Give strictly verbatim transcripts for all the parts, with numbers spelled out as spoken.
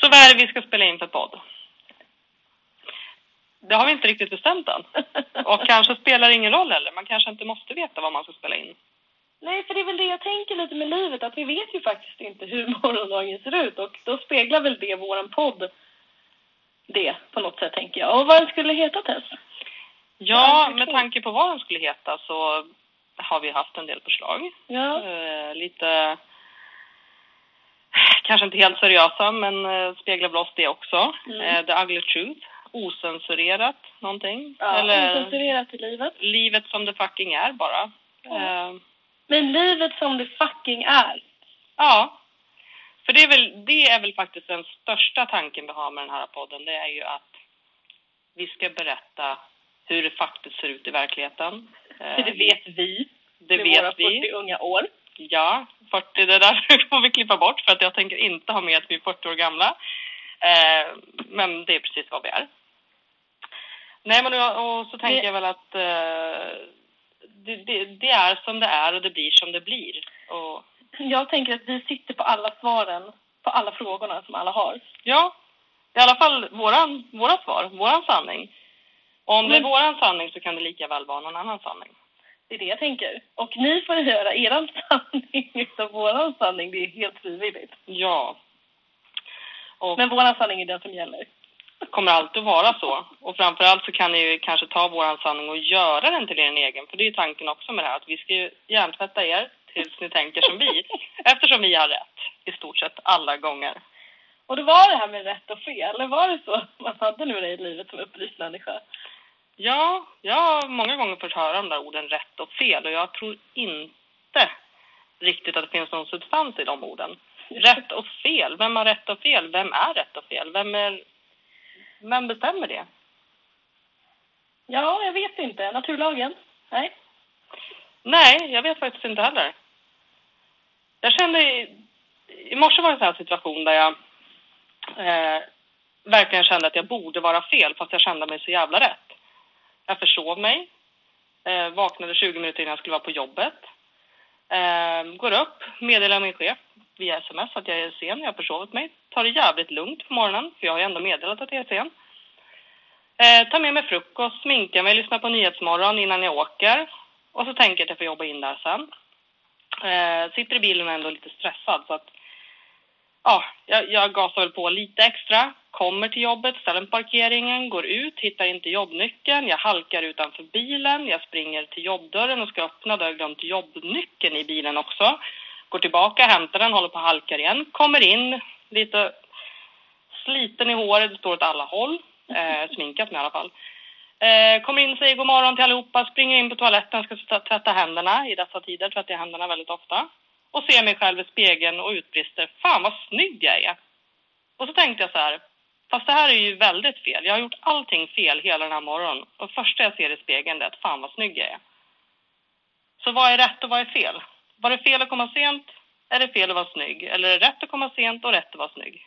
Så vad är det vi ska spela in för podd? Det har vi inte riktigt bestämt än. Och kanske spelar ingen roll heller. Man kanske inte måste veta vad man ska spela in. Nej, för det är väl det jag tänker lite med livet. Att vi vet ju faktiskt inte hur morgondagen ser ut. Och då speglar väl det våran podd det på något sätt, tänker jag. Och vad den skulle heta, Tess? Ja, med tanke på vad den skulle heta så har vi haft en del förslag. Ja. Eh, lite... Kanske inte helt seriösa, men eh, speglar väl oss det också. Mm. Eh, The Ugly Truth. Osensurerat någonting. Ja, eller osensurerat i livet. Livet som det fucking är bara. Ja. Eh, Men livet som det fucking är. ja. För det är, väl, det är väl faktiskt den största tanken vi har med den här podden. Det är ju att vi ska berätta hur det faktiskt ser ut i verkligen. För det vet vi. Det med vet våra vi. fyrtio unga år. Ja, fyrtio, det där får vi klippa bort för att jag tänker inte ha med att vi är fyrtio år gamla. Eh, men det är precis vad vi är. Nej, men och, och så tänker det... jag väl att eh, det, det, det är som det är och det blir som det blir. Och... Jag tänker att vi sitter på alla svaren, på alla frågorna som alla har. Ja, i alla fall våran, våra svar, våran sanning. Och om men... det är våran sanning så kan det lika väl vara någon annan sanning. Det är det jag tänker. Och ni får höra eran sanning utav våran sanning. Det är helt frivilligt. Ja. Och men våran sanning är den som gäller. Det kommer alltid vara så. Och framförallt så kan ni ju kanske ta våran sanning och göra den till er egen. För det är ju tanken också med det här. Att vi ska ju hjärntvätta er tills ni tänker som vi. Eftersom vi har rätt. I stort sett alla gånger. Och det var det här med rätt och fel. Eller var det så man hade nu det i livet som upplyst människa? Ja, jag har många gånger fått höra de där orden rätt och fel. Och jag tror inte riktigt att det finns någon substans i de orden. Rätt och fel. Vem har rätt och fel? Vem är rätt och fel? Vem, är, vem bestämmer det? Ja, jag vet inte. Naturlagen? Nej. Nej, jag vet faktiskt inte heller. Jag kände... I, i morse var det en sån här situation där jag eh, verkligen kände att jag borde vara fel. Fast jag kände mig så jävla rätt. Jag försov mig. Eh, vaknade tjugo minuter innan jag skulle vara på jobbet. Eh, går upp, meddelar min chef via sms att jag är sen. Jag har försovit mig. Tar det jävligt lugnt på morgonen. För jag har ju ändå meddelat att jag är sen. Eh, tar med mig frukost, sminkar mig, lyssnar på Nyhetsmorgon innan jag åker. Och så tänker jag att jag får jobba in där sen. Eh, sitter i bilen och ändå lite stressad. Så att ja, jag, jag gasar väl på lite extra. Kommer till jobbet, ställer på parkeringen, går ut, hittar inte jobbnyckeln. Jag halkar utanför bilen. Jag springer till jobbdörren och ska öppna. Då har jag glömt jobbnyckeln i bilen också. Går tillbaka, hämtar den, håller på halkar igen. Kommer in, lite sliten i håret, det står åt alla håll. Eh, sminkat med i alla fall. Eh, kommer in, säger god morgon till allihopa. Springer in på toaletten, ska tvätta händerna. I dessa tider tvättar jag händerna väldigt ofta. Och ser mig själv i spegeln och utbrister. Fan vad snygg jag är. Och så tänkte jag så här. Fast det här är ju väldigt fel. Jag har gjort allting fel hela den här morgonen. Och första jag ser i spegeln är att fan vad snygg jag är. Så vad är rätt och vad är fel? Var det fel att komma sent? Är det fel att vara snygg? Eller är det rätt att komma sent och rätt att vara snygg?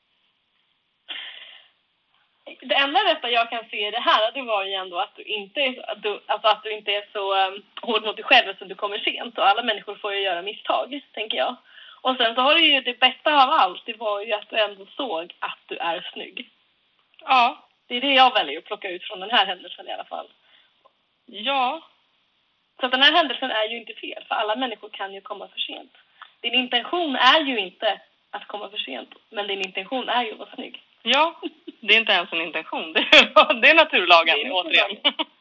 Det enda rätta jag kan se i det här, det var ju ändå att du inte är, att du, alltså att du inte är så um, hård mot dig själv som du kommer sent. Och alla människor får ju göra misstag, tänker jag. Och sen så har du ju det bästa av allt, det var ju att du ändå såg att du är snygg. Ja. Det är det jag väljer att plocka ut från den här händelsen i alla fall. Ja. Så att den här händelsen är ju inte fel, för alla människor kan ju komma för sent. Din intention är ju inte att komma för sent, men din intention är ju att vara snygg. Ja, det är inte ens en intention. Det är, det är naturlagen, det är återigen.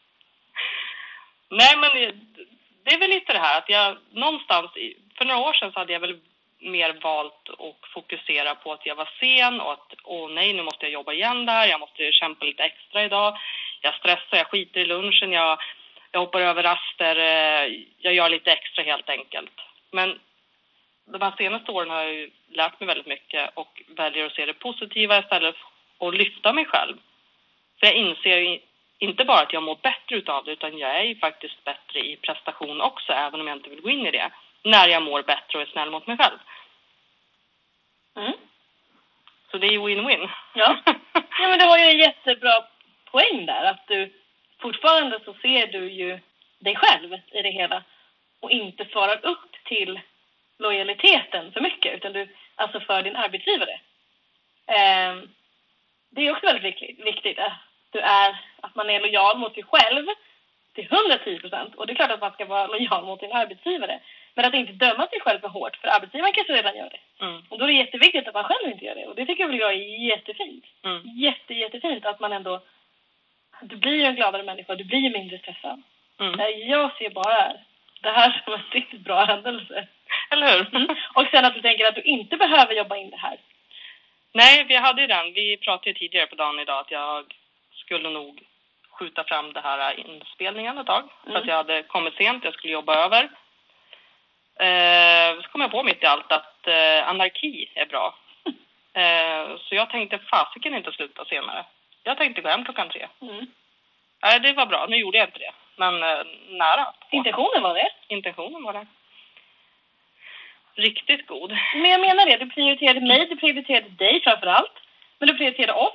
Nej, men det, det är väl lite det här att jag någonstans, för några år sedan så hade jag väl mer valt att fokusera på att jag var sen och att, åh nej, nu måste jag jobba igen där. Jag måste kämpa lite extra idag. Jag stressar, jag skiter i lunchen, jag, jag hoppar över raster, jag gör lite extra helt enkelt. Men de här senaste åren har jag ju lärt mig väldigt mycket och väljer att se det positiva istället och lyfta mig själv. För jag inser ju inte bara att jag mår bättre utav det, utan jag är ju faktiskt bättre i prestation också, även om jag inte vill gå in i det. När jag mår bättre och är snäll mot mig själv. Mm. Så det är ju win-win. Ja. Ja, men det var ju en jättebra poäng där. Att du fortfarande så ser du ju dig själv i det hela. Och inte svarar upp till lojaliteten för mycket. Utan du, alltså för din arbetsgivare. Eh, det är också väldigt viktigt, viktigt att, du är, att man är lojal mot sig själv till hundratio procent. Och det är klart att man ska vara lojal mot sin arbetsgivare. Men att inte döma sig själv för hårt, för arbetsgivaren kanske redan gör det. Mm. Och då är det jätteviktigt att man själv inte gör det. Och det tycker jag är jättefint. Mm. Jätte, jättefint att man ändå... Du blir ju en gladare människa, du blir ju mindre stressad. Mm. Jag ser bara det här som en riktigt bra händelse. Eller hur? Mm. Och sen att du tänker att du inte behöver jobba in det här. Nej, vi hade ju den. Vi pratade ju tidigare på dagen idag att jag skulle nog skjuta fram det här inspelningen ett tag. Mm. För att jag hade kommit sent, jag skulle jobba över. Eh, så kom jag på mitt i allt att eh, anarki är bra. Eh, så jag tänkte fasiken inte sluta senare. Jag tänkte gå hem klockan tre. Mm. Nej, det var bra. Nu gjorde jag inte det. Men eh, nära. Intentionen var det? Intentionen var det. Riktigt god. Men jag menar det. Du prioriterade mig, du prioriterade dig framförallt. Men du prioriterade oss.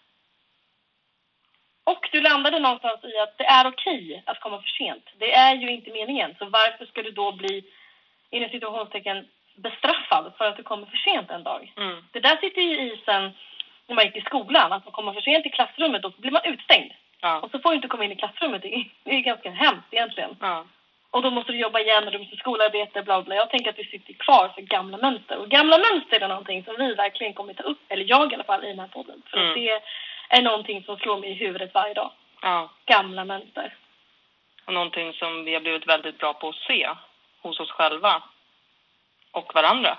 Och du landade någonstans i att det är okej att komma för sent. Det är ju inte meningen. Så varför ska du då bli i en situationstecken bestraffad för att du kommer för sent en dag? Mm. Det där sitter ju i sen när man gick i skolan. Att man kommer för sent i klassrummet, då blir man utstängd. Ja. Och så får du inte komma in i klassrummet. Det är, det är ganska hemskt egentligen. Ja. Och då måste du jobba igen och du måste skolarbete, bla bla. Jag tänker att vi sitter kvar för gamla mönster. Och gamla mönster är någonting som vi verkligen kommer ta upp. Eller jag i alla fall i den här podden. För mm. det är någonting som slår mig i huvudet varje dag. Ja. Gamla mönster. Och någonting som vi har blivit väldigt bra på att se hos oss själva. Och varandra.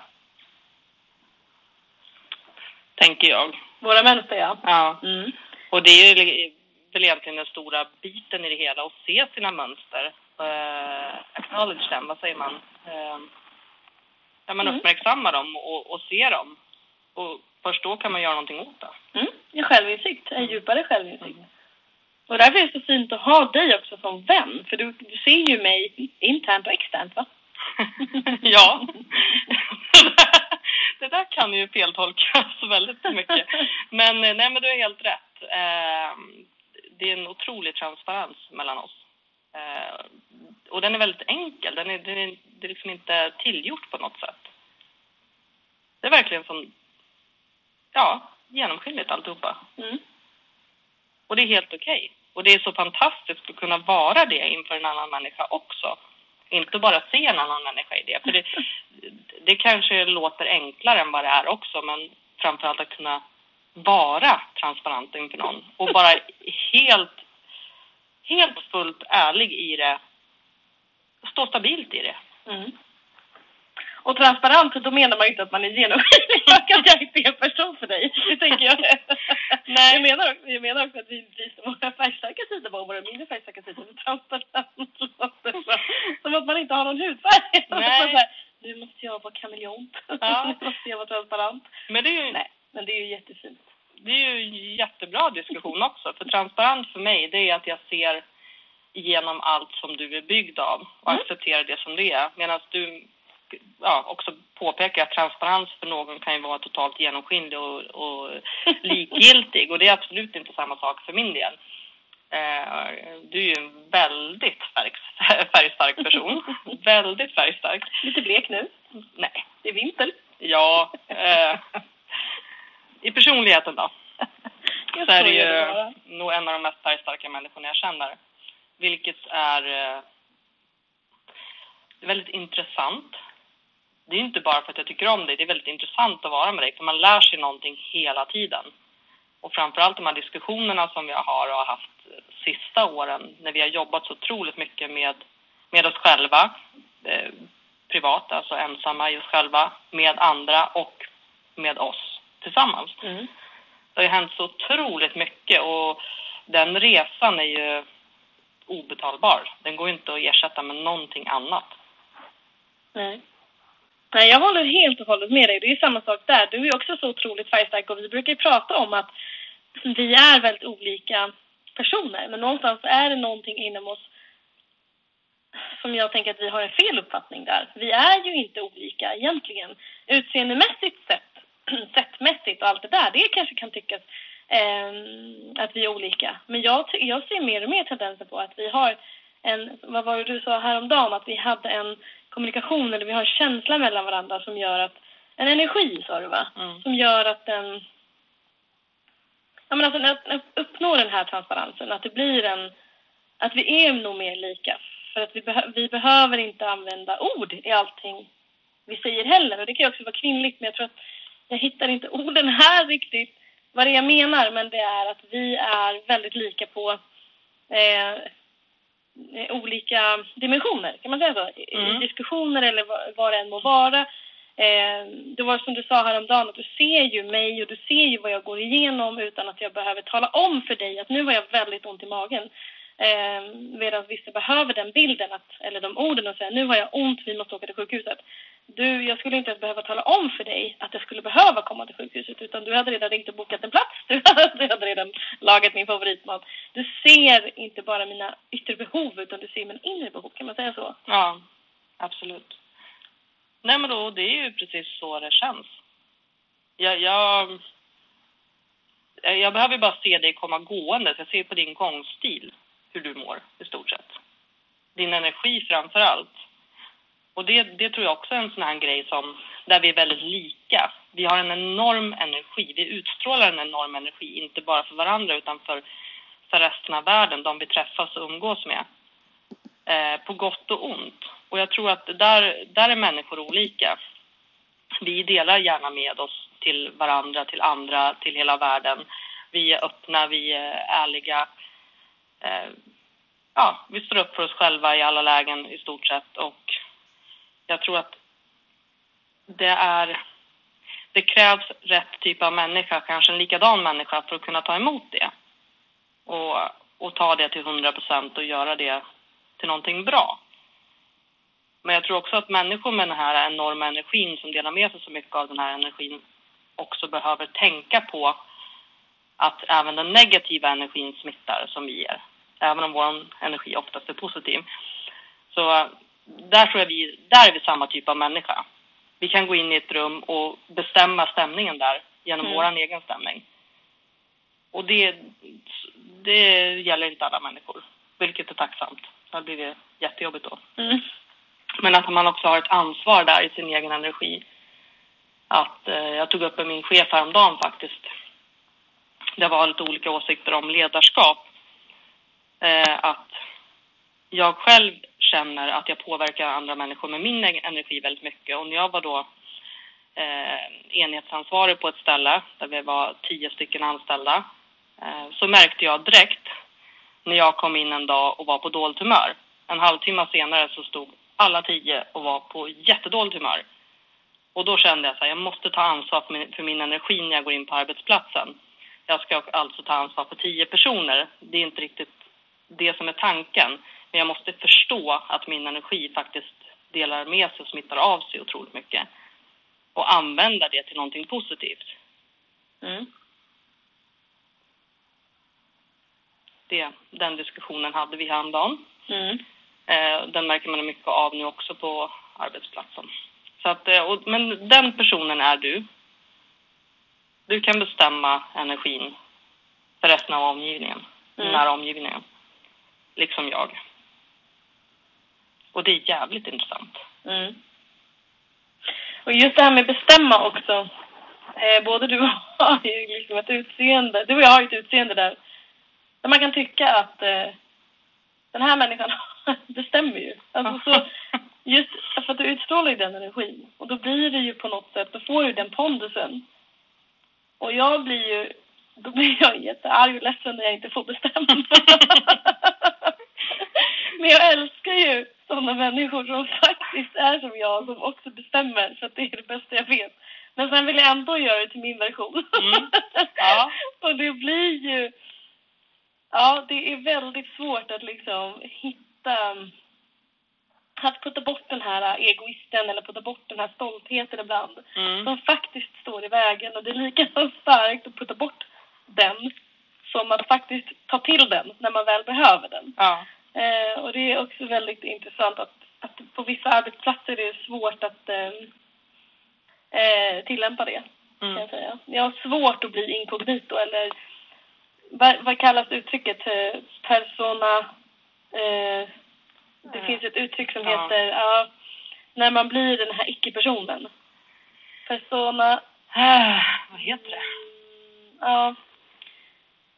Tänker jag. Våra mönster, ja. Ja. Mm. Och det är ju väl egentligen den stora biten i det hela. Att se sina mönster. Uh, acknowledge dem, vad säger man? Uh, ja, man mm. uppmärksammar dem och, och ser dem. Och först då kan man göra någonting åt det. Mm. En självinsikt, en djupare självinsikt. Mm. Och därför är det så fint att ha dig också som vän. För du, du ser ju mig internt och externt, va? Ja. Det där kan ju feltolkas väldigt mycket. Men nej, men du är helt rätt. Uh, det är en otrolig transparens mellan oss. Uh, och den är väldigt enkel. Den är, den är, det är liksom inte tillgjort på något sätt. Det är verkligen som, ja, genomskinligt alltihopa. Mm. Och det är helt okej. Okay. Och det är så fantastiskt att kunna vara det inför en annan människa också. Inte bara se en annan människa i det. För det, det kanske låter enklare än vad det är också. Men framförallt att kunna vara transparent inför någon. Och bara helt... helt fullt ärlig i det. Stå stabilt i det. Mm. Och transparent, då menar man ju inte att man är genomskinlig. Jag kan jag inte en person för dig. Det tänker jag. Nej. Jag menar, också, jag menar också att vi visar våra färgstarka sidor och våra mindre färgstarka sidor. Transparent. Som att man inte har någon hudfärg. Nej. Nu måste jag vara kameleont. Ja. Nu måste jag vara transparent. Men det är ju... Nej, men det är ju jättefint. Det är ju en jättebra diskussion också. För transparent för mig, det är att jag ser igenom allt som du är byggd av. Och mm. accepterar det som det är. Medan du ja, också påpekar att transparens för någon kan ju vara totalt genomskinlig och, och likgiltig. Och det är absolut inte samma sak för min del. Eh, du är ju en väldigt färg, färgstark person. Väldigt färgstark. Lite blek nu. Nej. Det är vinter. Ja. Eh, I personligheten då. Så är det ju det nog en av de mest färgstarka människorna jag känner. Vilket är eh, väldigt intressant. Det är inte bara för att jag tycker om dig. Det är väldigt intressant att vara med dig. För man lär sig någonting hela tiden. Och framförallt de här diskussionerna som vi har och har haft sista åren. När vi har jobbat så otroligt mycket med, med oss själva. Eh, privat, alltså ensamma i oss själva. Med andra och med oss tillsammans. Mm. Det har ju hänt så otroligt mycket. Och den resan är ju obetalbar. Den går inte att ersätta med någonting annat. Nej. Nej, jag håller helt och hållet med dig. Det är samma sak där. Du är också så otroligt färgstark och vi brukar ju prata om att vi är väldigt olika personer. Men någonstans är det någonting inom oss som jag tänker att vi har en fel uppfattning där. Vi är ju inte olika egentligen. Utseendemässigt sett, sättmässigt och allt det där, det kanske kan tyckas eh, att vi är olika. Men jag, jag ser mer och mer tendenser på att vi har en, vad var det du sa häromdagen, att vi hade en kommunikation eller vi har en känsla mellan varandra som gör att, en energi sa du va? Mm. Som gör att den, Ja, men alltså att, att uppnå den här transparensen, att det blir en, att vi är nog mer lika. För att vi, behö, vi behöver inte använda ord i allting vi säger heller. Och det kan ju också vara kvinnligt, men jag tror att jag hittar inte orden här riktigt vad det jag menar. Men det är att vi är väldigt lika på eh, olika dimensioner, kan man säga så? Mm. I diskussioner eller vad, vad det än må vara. Eh, det var som du sa häromdagen, att du ser ju mig och du ser ju vad jag går igenom utan att jag behöver tala om för dig att nu har jag väldigt ont i magen. Eh, medan vissa behöver den bilden, att, eller de orden, och säga nu har jag ont, vi måste åka till sjukhuset. Du, jag skulle inte ens behöva tala om för dig att jag skulle behöva komma till sjukhuset, utan du hade redan ringt och bokat en plats. Du hade redan lagat min favoritmat. Du ser inte bara mina yttre behov, utan du ser mina inre behov, kan man säga så? Ja, absolut. Nej, men då, det är ju precis så det känns. Jag, jag, jag behöver bara se dig komma gående. Jag ser på din gångstil hur du mår i stort sett. Din energi framför allt. Och det, det tror jag också är en sån här grej som, där vi är väldigt lika. Vi har en enorm energi. Vi utstrålar en enorm energi. Inte bara för varandra utan för, för resten av världen. De vi träffas och umgås med. Eh, på gott och ont. Och jag tror att där, där är människor olika. Vi delar gärna med oss till varandra, till andra, till hela världen. Vi är öppna, vi är ärliga. Eh, ja, vi står upp för oss själva i alla lägen i stort sett. Och jag tror att det är, det krävs rätt typ av människa, kanske en likadan människa, för att kunna ta emot det. Och, och ta det till hundra procent och göra det till någonting bra. Men jag tror också att människor med den här enorma energin som delar med sig så mycket av den här energin också behöver tänka på att även den negativa energin smittar som vi ger. Även om vår energi oftast är positiv. Så där tror jag vi, där är vi samma typ av människa. Vi kan gå in i ett rum och bestämma stämningen där genom mm. vår egen stämning. Och det, det gäller inte alla människor, vilket är tacksamt. Så blir det jättejobbigt då. Mm. Men att man också har ett ansvar där i sin egen energi. Att eh, jag tog upp med min chef häromdagen faktiskt. Det var lite olika åsikter om ledarskap. Eh, att jag själv känner att jag påverkar andra människor med min energi väldigt mycket. Och när jag var då eh, enhetsansvarig på ett ställe där vi var tio stycken anställda. Eh, så märkte jag direkt när jag kom in en dag och var på dåligt humör. En halvtimme senare så stod alla tio och var på jättedåligt humör. Och då kände jag så här, jag måste ta ansvar för min, för min energi när jag går in på arbetsplatsen. Jag ska alltså ta ansvar för tio personer. Det är inte riktigt det som är tanken. Men jag måste förstå att min energi faktiskt delar med sig och smittar av sig otroligt mycket. Och använda det till någonting positivt. Mm. Det, den diskussionen hade vi häromdagen. Mm. Eh, den märker man mycket av nu också på arbetsplatsen. Så att, och, men den personen är du. Du kan bestämma energin för resten av omgivningen. Mm. Den här omgivningen. Liksom jag. Och det är jävligt intressant. Mm. Och just det här med bestämma också. Eh, både du har ju liksom ett utseende. Du och jag har ju ett utseende där. Där man kan tycka att eh, den här människan bestämmer ju. Alltså så, just för att du utstrålar ju den energin. Och då blir det ju på något sätt, då får du den pondusen. Och jag blir ju, då blir jag jättearg och ledsen när jag inte får bestämma. Men jag älskar ju sådana människor som faktiskt är som jag, som också bestämmer. Så att det är det bästa jag vet. Men sen vill jag ändå göra det till min version. Mm. Ja. Och det blir ju, ja, det är väldigt svårt att liksom hitta, att putta bort den här egoisten eller putta bort den här stoltheten ibland. Mm. Som faktiskt står i vägen. Och det är lika så starkt att putta bort den som att faktiskt ta till den när man väl behöver den. Ja. Eh, och det är också väldigt intressant att, att på vissa arbetsplatser är det svårt att eh, eh, tillämpa det. Mm. Kan jag säga. Jag har svårt att bli inkognito eller vad, vad kallas uttrycket? Persona. Eh, det mm. finns ett uttryck som ja. heter ja, när man blir den här icke-personen. Persona. Äh, vad heter det? Ja.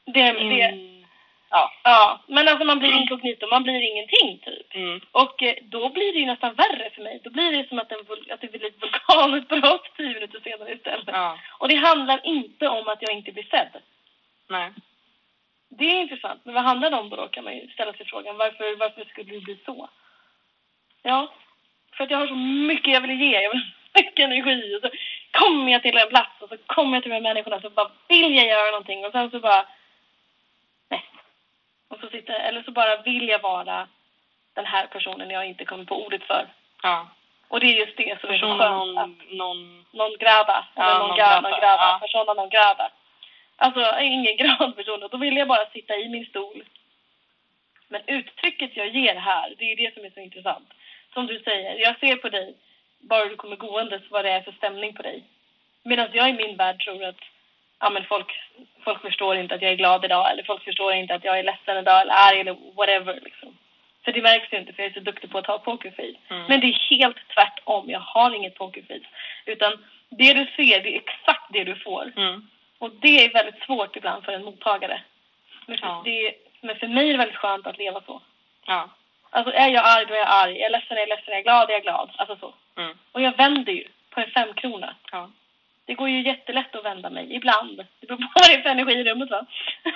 Det, det, Mm. Ja. ja, men alltså man blir inkognito, man blir ingenting typ. Mm. Och eh, då blir det ju nästan värre för mig. Då blir det som att, en, vul- att det blir ett vulkanutbrott tio minuter senare istället. Ja. Och det handlar inte om att jag inte blir sedd. Nej. Det är intressant. Men vad handlar det om då, kan man ju ställa sig frågan. Varför, varför skulle det bli så? Ja, för att jag har så mycket jag vill ge. Jag vill ha mycket energi. Och så kommer jag till en plats och så kommer jag till de här människorna. Så bara vill jag göra någonting. Och sen så bara... Nej. Och så sitter, eller så bara vill jag vara den här personen jag inte kommer på ordet för. Ja. Och det är just det som Person är så skönt. någon, Att någon... någon grada. Ja, eller någon, någon gra, grada, någon grada. ja. Persona någon grada. Alltså ingen gradperson. Då vill jag bara sitta i min stol. Men uttrycket jag ger här, det är det som är så intressant. Som du säger, jag ser på dig, bara du kommer gåendes, vad det är för stämning på dig. Medan jag i min värld tror att ja, men folk, folk förstår inte att jag är glad idag. Eller folk förstår inte att jag är ledsen idag. Eller arg eller whatever liksom. För det märks ju inte, för jag är så duktig på att ta pokerface. Mm. Men det är helt tvärtom. Jag har inget pokerface. Utan det du ser, det är exakt det du får. Mm. Och det är väldigt svårt ibland för en mottagare. Men för, Ja. det, men för mig är det väldigt skönt att leva så. Ja. Alltså är jag arg, då är jag arg. Är jag ledsen, är jag ledsen. Är jag glad, är jag glad. Alltså så. Mm. Och jag vänder ju på en femkrona. Ja. Det går ju jättelätt att vända mig. Ibland. Det beror på vad det är för energi i rummet, va?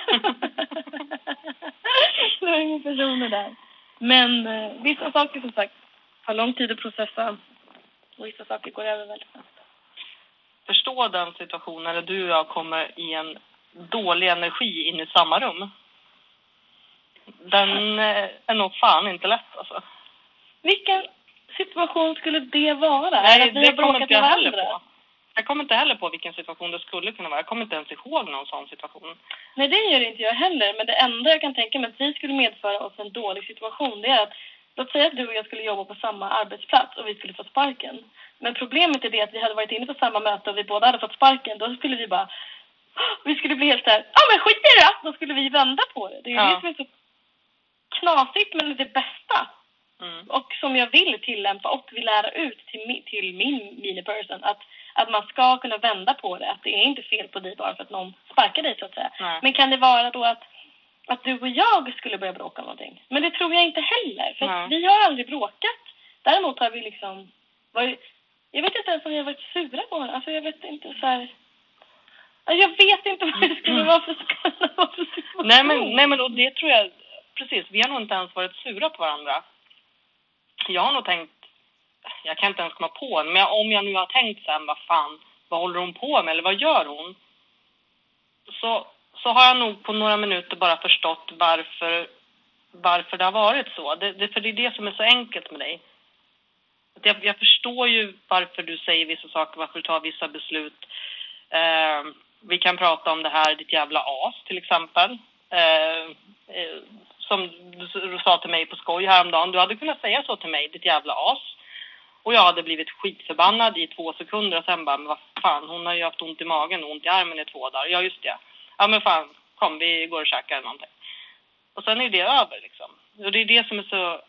Det är ingen personer där. Men eh, vissa saker som sagt har lång tid att processa. Och vissa saker går över väldigt snabbt. Förstå den situationen där du och jag kommer i en dålig energi in i samma rum. Den eh, är nog fan inte lätt alltså. Vilken situation skulle det vara? Nej, att vi det har kommer bråkat inte jag med heller varandra? på. Jag kommer inte heller på vilken situation det skulle kunna vara. Jag kommer inte ens ihåg någon sån situation. Nej, det gör inte jag heller. Men det enda jag kan tänka mig att vi skulle medföra oss en dålig situation, det är att låt säga att du och jag skulle jobba på samma arbetsplats och vi skulle få sparken. Men problemet är det att vi hade varit inne på samma möte och vi båda hade fått sparken. Då skulle vi bara, vi skulle bli helt så här, ja men skit i det då! Då skulle vi vända på det. Det är ju Ja. det som är så knasigt, men det bästa. Mm. Och som jag vill tillämpa och vill lära ut till min, till min miniperson att, att man ska kunna vända på det. Att det är inte fel på dig bara för att någon sparkar dig så att säga. Nej. Men kan det vara då att, att du och jag skulle börja bråka om någonting? Men det tror jag inte heller. För att vi har aldrig bråkat. Däremot har vi liksom varit, jag vet inte ens om jag har varit sura på honom. Alltså jag vet inte så här. Jag vet inte vad det skulle vara för skala vara för situation. Nej men, nej men och det tror jag, precis, vi har nog inte ens varit sura på varandra. Jag har nog tänkt, jag kan inte ens komma på men om jag nu har tänkt sen, vad fan, vad håller hon på med eller vad gör hon? Så, så har jag nog på några minuter bara förstått varför, varför det har varit så. Det, det, för det är det som är så enkelt med dig. Jag, jag förstår ju varför du säger vissa saker, varför du tar vissa beslut. Eh, vi kan prata om det här, ditt jävla as till exempel. Eh, eh, som du sa till mig på skoj häromdagen. Du hade kunnat säga så till mig, ditt jävla as. Och jag hade blivit skitförbannad i två sekunder och sen bara, men vad fan, hon har ju haft ont i magen och ont i armen i två dagar. Ja just det. Ja men fan, kom vi går och käkar någonting. Och sen är det över liksom. Och det är det som är så,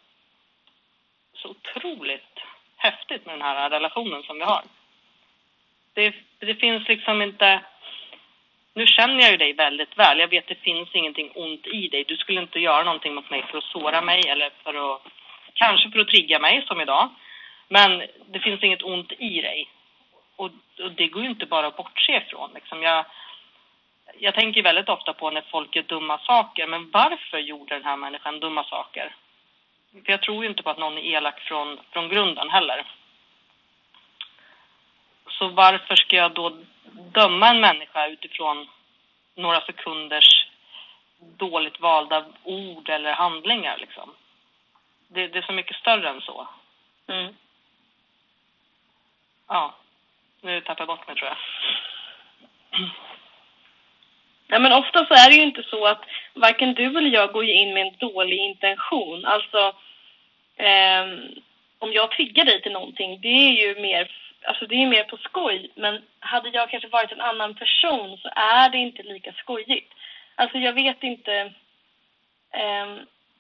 så otroligt häftigt med den här relationen som vi har. Det, det finns liksom inte... Nu känner jag ju dig väldigt väl. Jag vet att det finns ingenting ont i dig. Du skulle inte göra någonting mot mig för att såra mig eller för att... Kanske för att trigga mig som idag. Men det finns inget ont i dig. Och, och det går ju inte bara att bortse ifrån. Liksom jag, jag tänker väldigt ofta på när folk gör dumma saker. Men varför gjorde den här människan dumma saker? För jag tror ju inte på att någon är elak från, från grunden heller. Så varför ska jag då döma en människa utifrån några sekunders dåligt valda ord eller handlingar liksom? Det, det är så mycket större än så. Mm. Ja, nu tappar jag bort mig tror jag. Ja, men ofta så är det ju inte så att varken du eller jag går in med en dålig intention. Alltså, eh, om jag triggar dig till någonting, det är ju mer, alltså det är mer på skoj. Men hade jag kanske varit en annan person så är det inte lika skojigt. Alltså jag vet inte... Eh,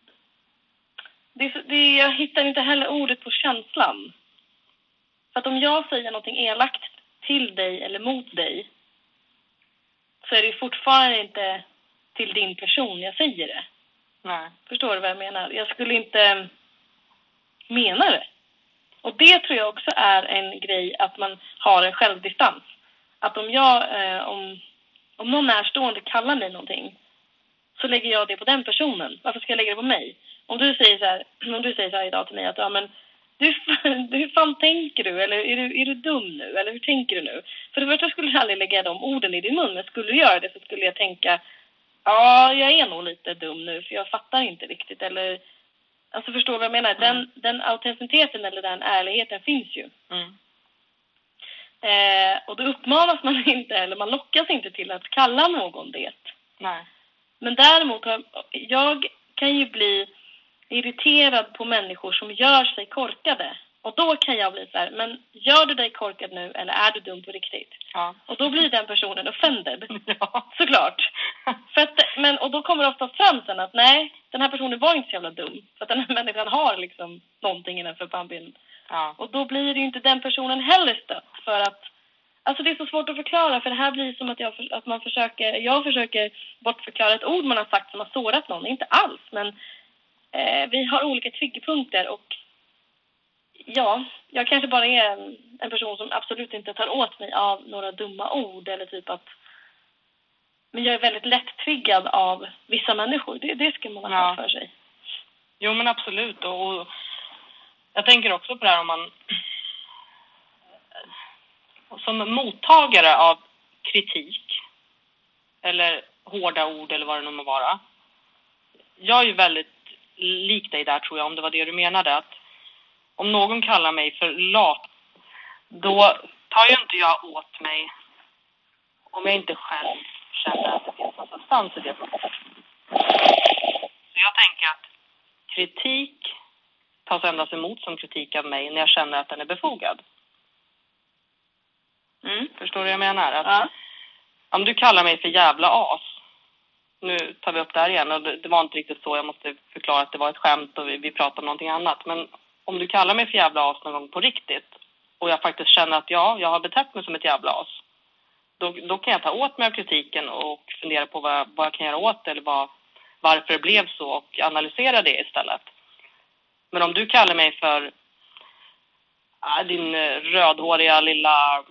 det, det, jag hittar inte heller ordet på känslan. För att om jag säger någonting elakt till dig eller mot dig så är det fortfarande inte till din person jag säger det. Nej. Förstår du vad jag menar? Jag skulle inte mena det. Och det tror jag också är en grej, att man har en självdistans. Att om jag, eh, om, om någon närstående kallar mig någonting, så lägger jag det på den personen. Varför ska jag lägga det på mig? Om du säger så här, om du säger så här idag till mig att ja, men du, hur fan tänker du? Eller är du, är du dum nu? Eller hur tänker du nu? För det första skulle jag aldrig lägga de orden i din mun. Men skulle du göra det så skulle jag tänka, ja, jag är nog lite dum nu för jag fattar inte riktigt. Eller, alltså förstår du vad jag menar? Mm. Den, den autenticiteten eller den ärligheten finns ju. Mm. Eh, och då uppmanas man inte, eller man lockas inte till att kalla någon det. Nej. Men däremot, jag kan ju bli irriterad på människor som gör sig korkade. Och då kan jag bli så här, men gör du dig korkad nu eller är du dum på riktigt? Ja. Och då blir den personen offended. Ja. Såklart. För att, men, och då kommer det ofta fram sen att nej, den här personen var inte så jävla dum. För att den här människan har liksom någonting innanför pannbenet. Ja. Och då blir det ju inte den personen heller stött. För att, alltså det är så svårt att förklara. För det här blir som att, jag, att man försöker, jag försöker bortförklara ett ord man har sagt som har sårat någon. Inte alls, men eh, vi har olika triggerpunkter och ja, jag kanske bara är en, en person som absolut inte tar åt mig av några dumma ord eller typ att, men jag är väldigt lätt triggad av vissa människor. Det, det ska man ha ja. för sig. Jo, men absolut. Och, och jag tänker också på det här om man som mottagare av kritik eller hårda ord eller vad det nu må vara. Jag är ju väldigt lik dig där, tror jag, om det var det du menade, att om någon kallar mig för lat, då tar ju inte jag åt mig om jag inte själv känner att det finns någon substans i det. Så jag tänker att kritik tas endast emot som kritik av mig när jag känner att den är befogad. Mm. Förstår du vad jag menar? Att ja. Om du kallar mig för jävla as, nu tar vi upp det här igen och det, det var inte riktigt så, jag måste förklara att det var ett skämt och vi, vi pratar om någonting annat, men om du kallar mig för jävla as någon gång på riktigt och jag faktiskt känner att ja, jag har betett mig som ett jävla as, då, då kan jag ta åt mig av kritiken och fundera på vad, vad jag kan göra åt det eller vad, varför det blev så och analysera det istället. Men om du kallar mig för äh, din rödhåriga lilla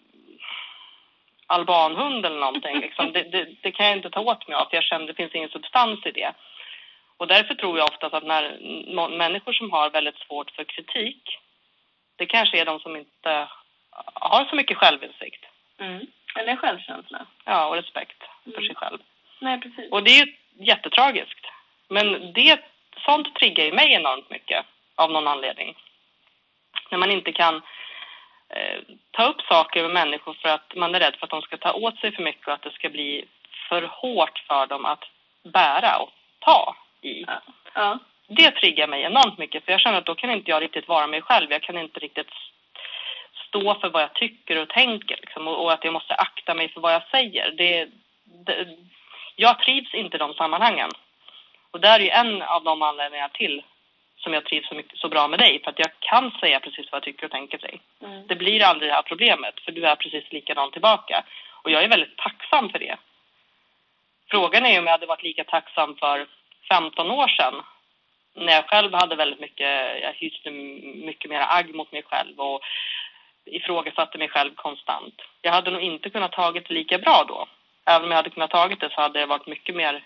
albanhund eller någonting, liksom, det, det, det kan jag inte ta åt mig av för jag känner att det finns ingen substans i det. Och därför tror jag ofta att när människor som har väldigt svårt för kritik, det kanske är de som inte har så mycket självinsikt. Mm. Eller självkänsla. Ja, och respekt mm. för sig själv. Nej, precis. Och det är ju jättetragiskt. Men det, sånt triggar ju mig enormt mycket av någon anledning. När man inte kan eh, ta upp saker med människor för att man är rädd för att de ska ta åt sig för mycket och att det ska bli för hårt för dem att bära och ta i. Ja. Ja. Det triggar mig enormt mycket för jag känner att då kan inte jag riktigt vara mig själv. Jag kan inte riktigt stå för vad jag tycker och tänker liksom, och, och att jag måste akta mig för vad jag säger. Det, det, jag trivs inte i de sammanhangen. Och där är ju en av de anledningar till som jag trivs så, mycket, så bra med dig. För att jag kan säga precis vad jag tycker och tänker sig. Mm. Det blir aldrig det här problemet för du är precis likadan tillbaka. Och jag är väldigt tacksam för det. Frågan är ju om jag hade varit lika tacksam för femton år sedan. När jag själv hade väldigt mycket, jag hyste mycket mer agg mot mig själv och ifrågasatte mig själv konstant. Jag hade nog inte kunnat tagit det lika bra då. Även om jag hade kunnat tagit det så hade det varit mycket mer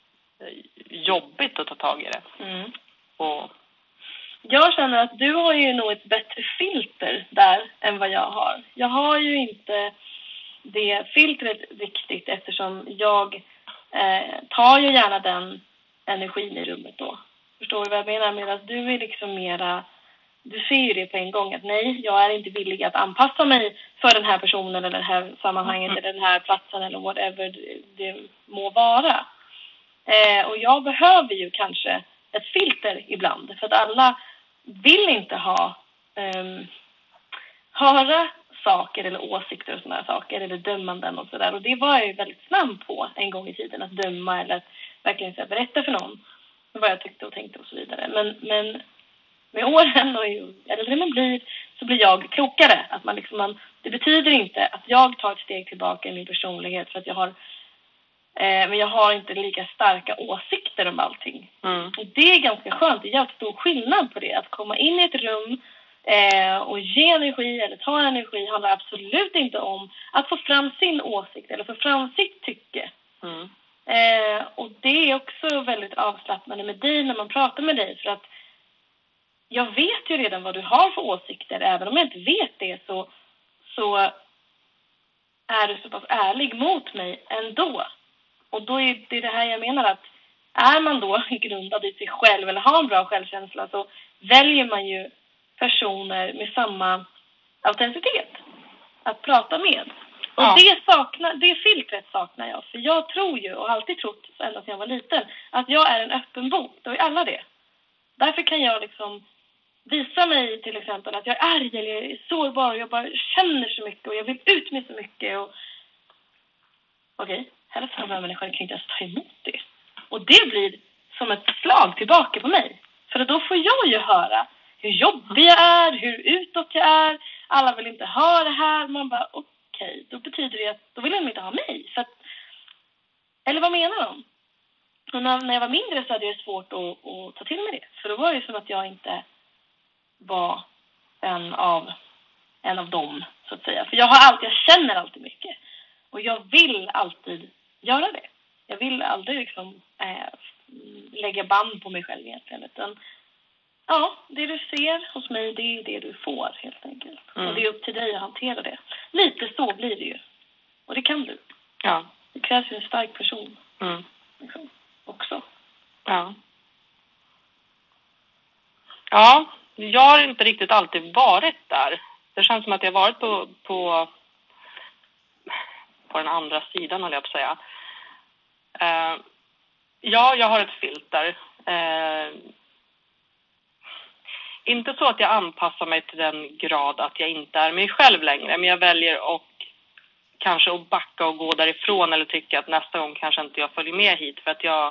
jobbigt att ta tag i det. Mm. Och jag känner att du har ju nog ett bättre filter där än vad jag har. Jag har ju inte det filtret riktigt eftersom jag eh, tar ju gärna den energin i rummet då. Förstår du vad jag menar? Medan du är liksom mera, du ser ju det på en gång att nej, jag är inte villig att anpassa mig för den här personen eller det här sammanhanget mm. eller den här platsen eller whatever det må vara. Eh, och jag behöver ju kanske ett filter ibland för att alla vill inte ha um, höra saker eller åsikter och sådana saker eller dömanden och sådär. Och det var jag ju väldigt snabb på en gång i tiden att döma eller att verkligen så här, berätta för någon vad jag tyckte och tänkte och så vidare. Men, men med åren och ju äldre man blir så blir jag klokare. Att man liksom, man, det betyder inte att jag tar ett steg tillbaka i min personlighet för att jag har Eh, men jag har inte lika starka åsikter om allting. Mm. Och det är ganska skönt. Det är jävligt stor skillnad på det. Att komma in i ett rum eh, och ge energi eller ta energi handlar absolut inte om att få fram sin åsikt eller få fram sitt tycke. Mm. Eh, och det är också väldigt avslappnande med dig när man pratar med dig. För att jag vet ju redan vad du har för åsikter. Även om jag inte vet det så, så är du så pass ärlig mot mig ändå. Och då är det det här jag menar, att är man då grundad i sig själv eller har en bra självkänsla, så väljer man ju personer med samma autenticitet att prata med. Och ja. det saknar, det filtret saknar jag. För jag tror ju, och har alltid trott ända sedan jag var liten, att jag är en öppen bok. Då är alla det. Därför kan jag liksom visa mig till exempel att jag är arg eller jag är sårbar och jag bara känner så mycket och jag vill ut med så mycket. Och okej. Okay. Hälften av människor kan inte ens ta emot det. Och det blir som ett slag tillbaka på mig. För då får jag ju höra hur jobbig jag är, hur utåt jag är. Alla vill inte ha det här. Man bara, okej, okay, då betyder det att då vill de inte ha mig. För att, eller vad menar de? Och när, när jag var mindre så hade jag svårt att, att ta till mig det. För då var det som att jag inte var en av, en av dem, så att säga. För jag har alltid, jag känner alltid mycket. Och jag vill alltid göra det. Jag vill aldrig liksom äh, lägga band på mig själv egentligen. Utan ja, det du ser hos mig, det är det du får helt enkelt. Mm. Och det är upp till dig att hantera det. Lite så blir det ju. Och det kan du. Ja. Det krävs ju en stark person. Mm. Liksom, också. Ja. Ja, jag har inte riktigt alltid varit där. Det känns som att jag har varit på... på på den andra sidan, håller jag på att säga. Uh, ja, jag har ett filter. Uh, inte så att jag anpassar mig till den grad att jag inte är mig själv längre. Men jag väljer att kanske att backa och gå därifrån. Eller tycka att nästa gång kanske inte jag följer med hit. För att jag...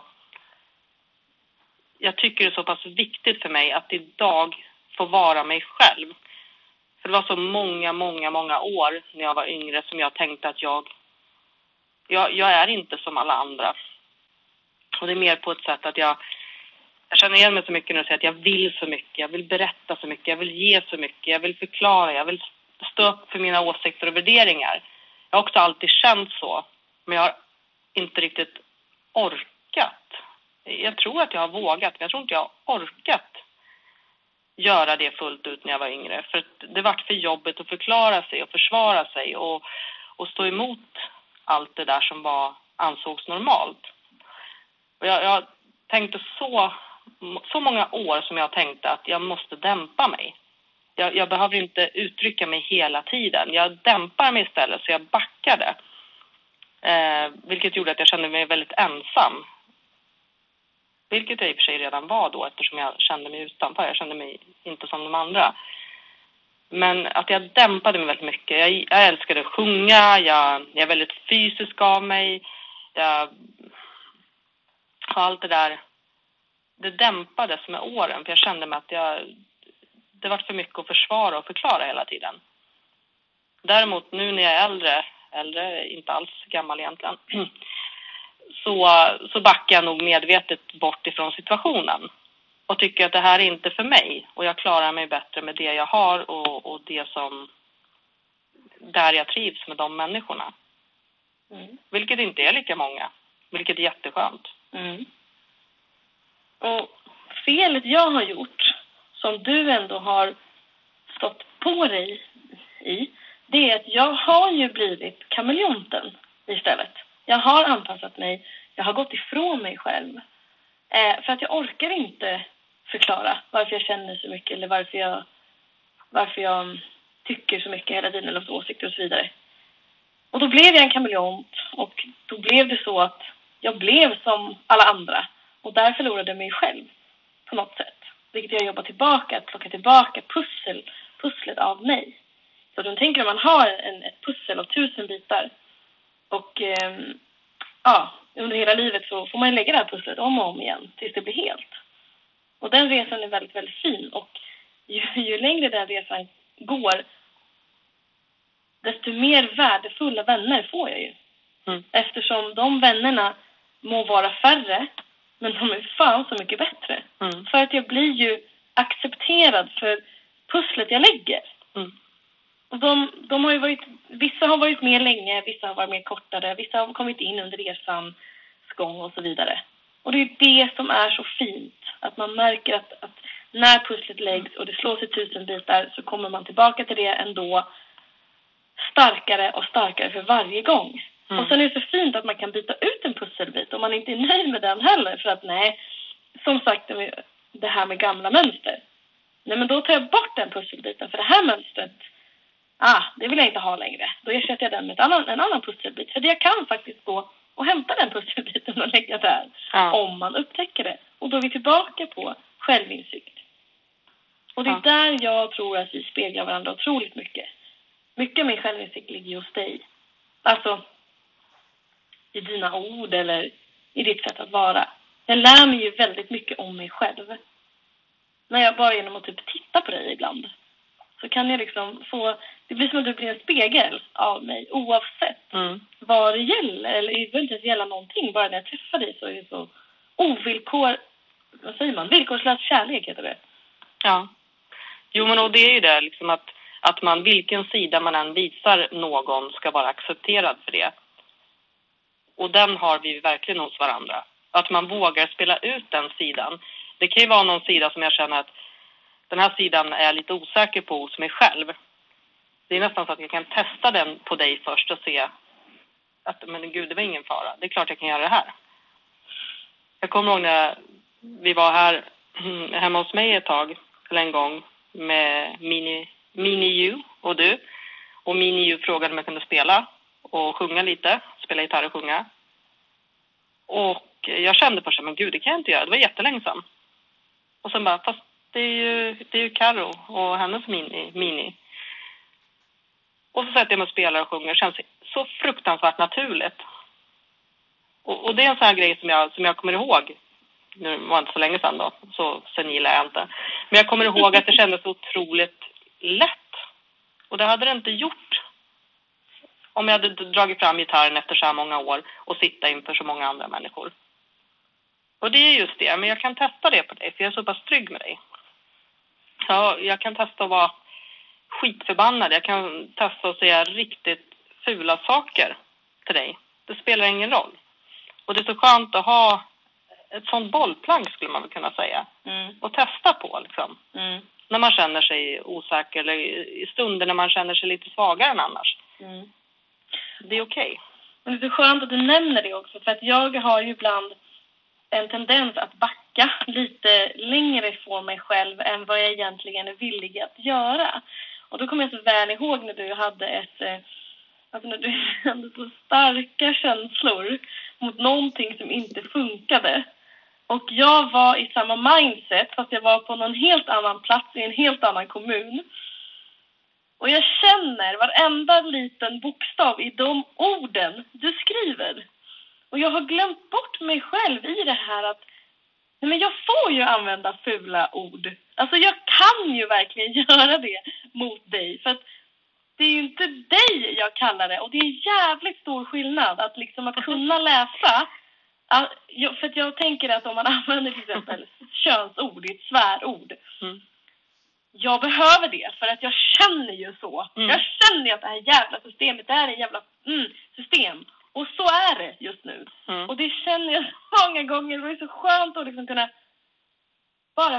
Jag tycker det är så pass viktigt för mig att idag få vara mig själv. För det var så många, många, många år när jag var yngre som jag tänkte att jag... Jag, jag är inte som alla andra. Och det är mer på ett sätt att jag, jag känner igen mig så mycket när jag säger att jag vill så mycket. Jag vill berätta så mycket. Jag vill ge så mycket. Jag vill förklara. Jag vill stå upp för mina åsikter och värderingar. Jag har också alltid känt så. Men jag har inte riktigt orkat. Jag tror att jag har vågat. Men jag tror inte jag har orkat göra det fullt ut när jag var yngre. För det var för jobbigt att förklara sig och försvara sig. Och, och stå emot allt det där som var, ansågs normalt. Och jag, jag tänkte så, så många år som jag tänkte att jag måste dämpa mig. Jag, jag behöver inte uttrycka mig hela tiden. Jag dämpar mig istället så jag backade. Eh, vilket gjorde att jag kände mig väldigt ensam. Vilket jag i och för sig redan var då eftersom jag kände mig utanför. Jag kände mig inte som de andra. Men att jag dämpade mig väldigt mycket. Jag, jag älskade att sjunga. Jag, jag är väldigt fysisk av mig. Jag, allt det där. Det dämpades med åren. För jag kände mig att jag, det var för mycket att försvara och förklara hela tiden. Däremot nu när jag är äldre. Äldre, inte alls gammal egentligen. Så, så backar jag nog medvetet bort ifrån situationen. Och tycker att det här är inte för mig. Och jag klarar mig bättre med det jag har. Och, och det som... Där jag trivs med de människorna. Mm. Vilket inte är lika många. Vilket är jätteskönt. Mm. Och felet jag har gjort. Som du ändå har stått på dig i. Det är att jag har ju blivit kameleonten istället. Jag har anpassat mig. Jag har gått ifrån mig själv. Eh, för att jag orkar inte förklara varför jag känner så mycket. Eller varför jag, varför jag tycker så mycket hela tiden. Eller åsikter och så vidare. Och då blev jag en kameleont. Och då blev det så att jag blev som alla andra. Och där förlorade jag mig själv. På något sätt. Vilket jag jobbar tillbaka. Att plocka tillbaka pussel, pusslet av mig. Så de tänker att man har en, ett pussel av tusen bitar. Och eh, ja, under hela livet så får man lägga det här pusslet om och om igen tills det blir helt. Och den resan är väldigt, väldigt fin. Och ju, ju längre den resan går, desto mer värdefulla vänner får jag ju. Mm. Eftersom de vännerna må vara färre, men de är fan så mycket bättre. Mm. För att jag blir ju accepterad för pusslet jag lägger. Mm. Och de, de har ju varit, vissa har varit med länge, vissa har varit mer kortare, vissa har kommit in under resans gång och så vidare. Och det är det som är så fint. Att man märker att, att när pusslet läggs och det slås i tusen bitar så kommer man tillbaka till det ändå starkare och starkare för varje gång. Mm. Och sen är det så fint att man kan byta ut en pusselbit om man inte är nöjd med den heller. För att nej, som sagt, det här med gamla mönster. Nej, men då tar jag bort den pusselbiten. För det här mönstret, ah, det vill jag inte ha längre. Då ersätter jag den med en annan, en annan pusselbit. För jag kan faktiskt gå och hämta den pusselbiten och lägga där. Ja. Om man upptäcker det. Och då är vi tillbaka på självinsikt. Och det är ja. där jag tror att vi speglar varandra otroligt mycket. Mycket av min självinsikt ligger hos dig. Alltså i dina ord eller i ditt sätt att vara. Jag lär mig ju väldigt mycket om mig själv. När jag bara genom att typ titta på dig ibland. Så kan jag liksom få, det blir som att du blir en spegel av mig oavsett mm. vad det gäller. Eller det behöver inte ens gälla någonting. Bara när jag träffar dig så är det så ovillkor, vad säger man? Villkorslös kärlek heter det. Ja. Jo, men och det är ju det liksom att, att man, vilken sida man än visar någon ska vara accepterad för det. Och den har vi verkligen hos varandra. Att man vågar spela ut den sidan. Det kan ju vara någon sida som jag känner att den här sidan är jag lite osäker på hos mig själv. Det är nästan så att jag kan testa den på dig först och se att men gud, det var ingen fara. Det är klart jag kan göra det här. Jag kommer ihåg när vi var här hemma hos mig ett tag, eller en gång, med Mini, Mini U och du. Och Mini U frågade om jag kunde spela och sjunga lite, spela gitarr och sjunga. Och jag kände på sig, men gud, det kan jag inte göra. Det var jättelänge sedan. Och sen bara, fast det är ju, det är ju Karo och hennes mini, mini. Och så sätter jag mig och spelar och sjunger. Det känns så fruktansvärt naturligt. Och, och det är en sån här grej som jag, som jag kommer ihåg. Nu var det inte så länge sedan då, så senil är jag inte. Men jag kommer ihåg att det kändes så otroligt lätt. Och det hade det inte gjort om jag hade dragit fram gitarren efter så här många år och sitta inför så många andra människor. Och det är just det, men jag kan testa det på dig för jag är så pass trygg med dig. Ja, jag kan testa att vara skitförbannad. Jag kan testa att säga riktigt fula saker till dig. Det spelar ingen roll. Och det är så skönt att ha ett sånt bollplank skulle man väl kunna säga. Mm. Och testa på liksom. Mm. När man känner sig osäker eller i stunder när man känner sig lite svagare än annars. Mm. Det är okej. Okay. Men det är så skönt att du nämner det också. För att jag har ju ibland en tendens att backa lite längre ifrån mig själv än vad jag egentligen är villig att göra. Och då kommer jag så väl ihåg när du hade ett, alltså när du hade så starka känslor mot någonting som inte funkade. Och jag var i samma mindset fast jag var på någon helt annan plats i en helt annan kommun. Och jag känner varenda liten bokstav i de orden du skriver. Och jag har glömt bort mig själv i det här att nej, men jag får ju använda fula ord. Alltså jag kan ju verkligen göra det mot dig. För att det är ju inte dig jag kallar det. Och det är jävligt stor skillnad att liksom att kunna läsa. För att jag tänker att om man använder till exempel könsord, ett svärord. Mm. Jag behöver det för att jag känner ju så. Mm. Jag känner ju att det här jävla systemet, det här är ett jävla mm, system. Och så är det just nu. Mm. Och det känner jag många gånger. Och det är så skönt att liksom kunna bara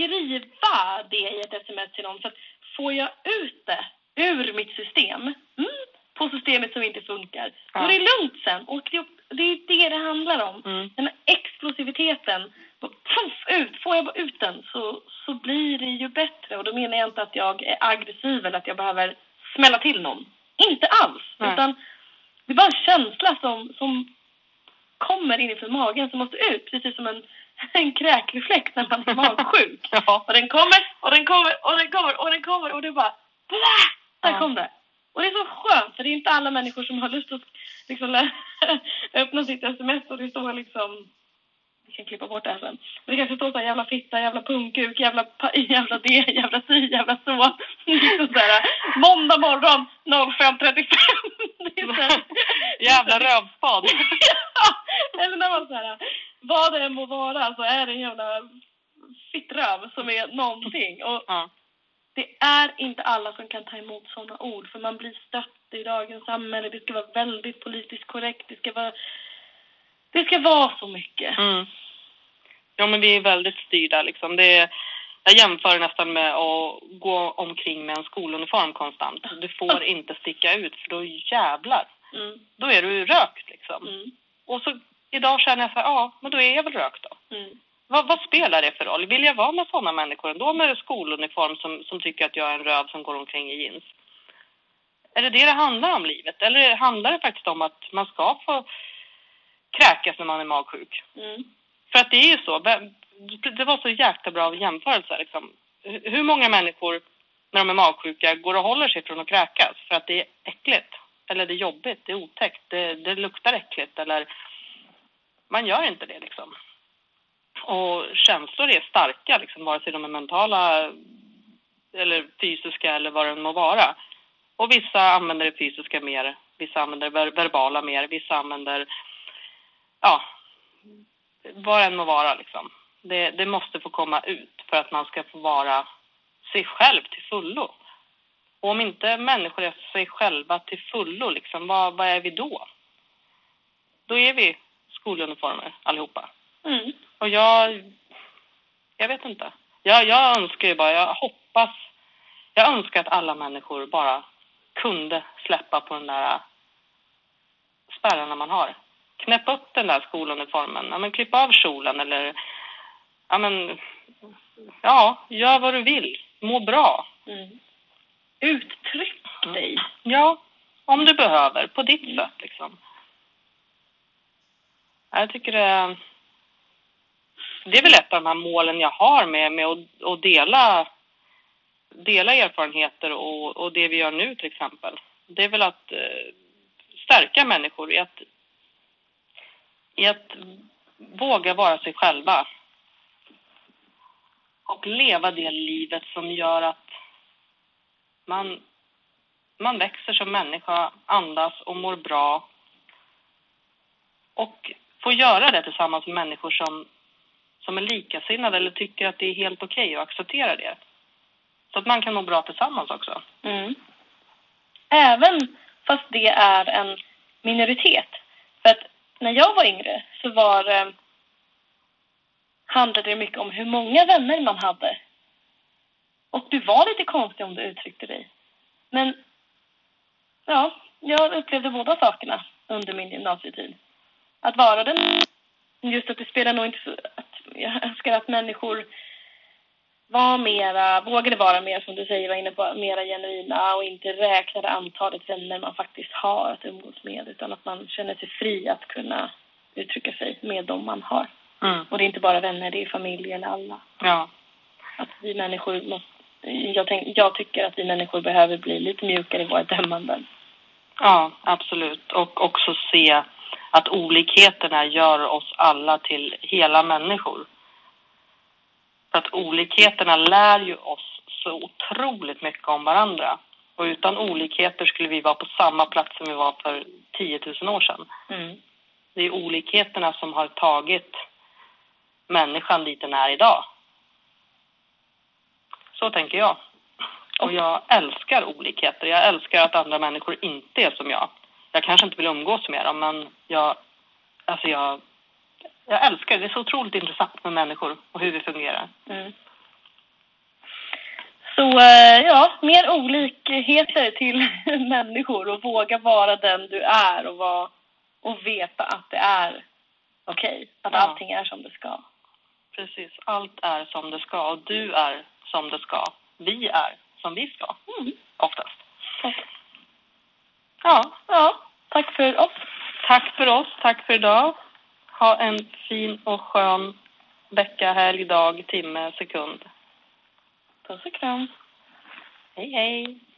skriva det i ett sms till någon. Så att får jag ut det ur mitt system mm, på systemet som inte funkar. Ja. Då är det lugnt sen. Och det, det är det det handlar om. Mm. Den här explosiviteten. Puff, ut. Får jag bara ut den så, så blir det ju bättre. Och då menar jag inte att jag är aggressiv eller att jag behöver smälla till någon. Inte alls. Nej. Utan det är bara en känsla som, som kommer inifrån magen som måste ut. Precis som en, en kräkreflex när man är magsjuk. Ja. Och den kommer, och den kommer, och den kommer, och den kommer. Och det är bara, blä! Där ja. Kom det. Och det är så skönt, för det är inte alla människor som har lust att liksom, öppna sitt sms och det står liksom... Vi kan klippa bort det här sen. Men det kanske står så här, jävla fitta, jävla punkuk, jävla, jävla det, jävla si, jävla så. Liksom så här, måndag morgon fem trettiofem. Det är så här, Jävla rövspad. Eller när man så här, vad det än må vara så är det en jävla fittröv som är någonting. Och ja. Det är inte alla som kan ta emot sådana ord. För man blir stött i dagens samhälle. Det ska vara väldigt politiskt korrekt. Det ska vara, det ska vara så mycket. Mm. Ja, men vi är väldigt styrda liksom. Det är, jag jämför nästan med att gå omkring med en skoluniform konstant. Du får inte sticka ut för då jävlar. Mm. Då är du rökt liksom. Mm. Och så idag känner jag så här, ja, men då är jag väl rökt då. Mm. Vad, vad spelar det för roll? Vill jag vara med sådana människor ändå med skoluniform som, som tycker att jag är en röv som går omkring i jeans? Är det det det handlar om livet? Eller handlar det faktiskt om att man ska få kräkas när man är magsjuk? Mm. För att det är ju så. Det var så jäkla bra jämförelse. Liksom. Hur många människor när de är magsjuka går och håller sig från att kräkas? För att det är äckligt. Eller det är jobbigt. Det är otäckt. Det, det luktar äckligt. Eller man gör inte det liksom. Och känslor är starka. Liksom, vare sig de är mentala eller fysiska eller vad det må vara. Och vissa använder det fysiska mer. Vissa använder det ver- verbala mer. Vissa använder... Ja... vad det än må vara liksom. Det, det måste få komma ut för att man ska få vara sig själv till fullo. Och om inte människor är sig själva till fullo liksom, vad, vad är vi då? Då är vi skoluniformer allihopa. Mm. Och jag jag vet inte. Jag, jag önskar ju bara, jag hoppas jag önskar att alla människor bara kunde släppa på den där spärrarna man har. Knäpp upp den där skoluniformen. Ja, men klipp av kjolen eller... Ja, men... Ja, gör vad du vill. Må bra. Mm. Uttryck dig. Ja, om du behöver. På ditt mm. sätt, liksom. Jag tycker det... Det är väl ett av de här målen jag har med, med att, att dela, dela erfarenheter och, och det vi gör nu, till exempel. Det är väl att eh, stärka människor i att i att våga vara sig själva och leva det livet som gör att man, man växer som människa, andas och mår bra och får göra det tillsammans med människor som, som är likasinnade eller tycker att det är helt okej okay och acceptera det. Så att man kan må bra tillsammans också. Mm. Även fast det är en minoritet. För att när jag var yngre så var eh, handlade det mycket om hur många vänner man hade. Och du var lite konstig om du uttryckte dig. Men ja, jag upplevde båda sakerna under min gymnasietid. Att vara den, just att det spelar nog inte så, att jag önskar att människor var mera, vågade vara mer, som du säger, var inne på, mera genuina och inte räknade antalet vänner man faktiskt har att umgås med, utan att man känner sig fri att kunna uttrycka sig med dem man har. Mm. Och det är inte bara vänner, det är familj eller alla. Ja. Att vi människor måste, jag, tänk, jag tycker att vi människor behöver bli lite mjukare i våra dömanden. Ja, absolut. Och också se att olikheterna gör oss alla till hela människor. För att olikheterna lär ju oss så otroligt mycket om varandra. Och utan olikheter skulle vi vara på samma plats som vi var för tio tusen år sedan. Mm. Det är olikheterna som har tagit människan dit den är idag. Så tänker jag. Och jag älskar olikheter. Jag älskar att andra människor inte är som jag. Jag kanske inte vill umgås med dem, men jag, alltså jag, jag älskar det. Det är så otroligt intressant med människor och hur vi fungerar. Mm. Så ja, mer olikheter till människor och våga vara den du är och, vara, och veta att det är okej. Okay, att ja. Allting är som det ska. Precis, allt är som det ska och du är som det ska. Vi är som vi ska, mm. oftast. Tack. Ja. Ja, tack för oss. Tack för oss, tack för idag. Ha en fin och skön vecka, helg, dag, timme, sekund. Puss och kram. Hej, hej.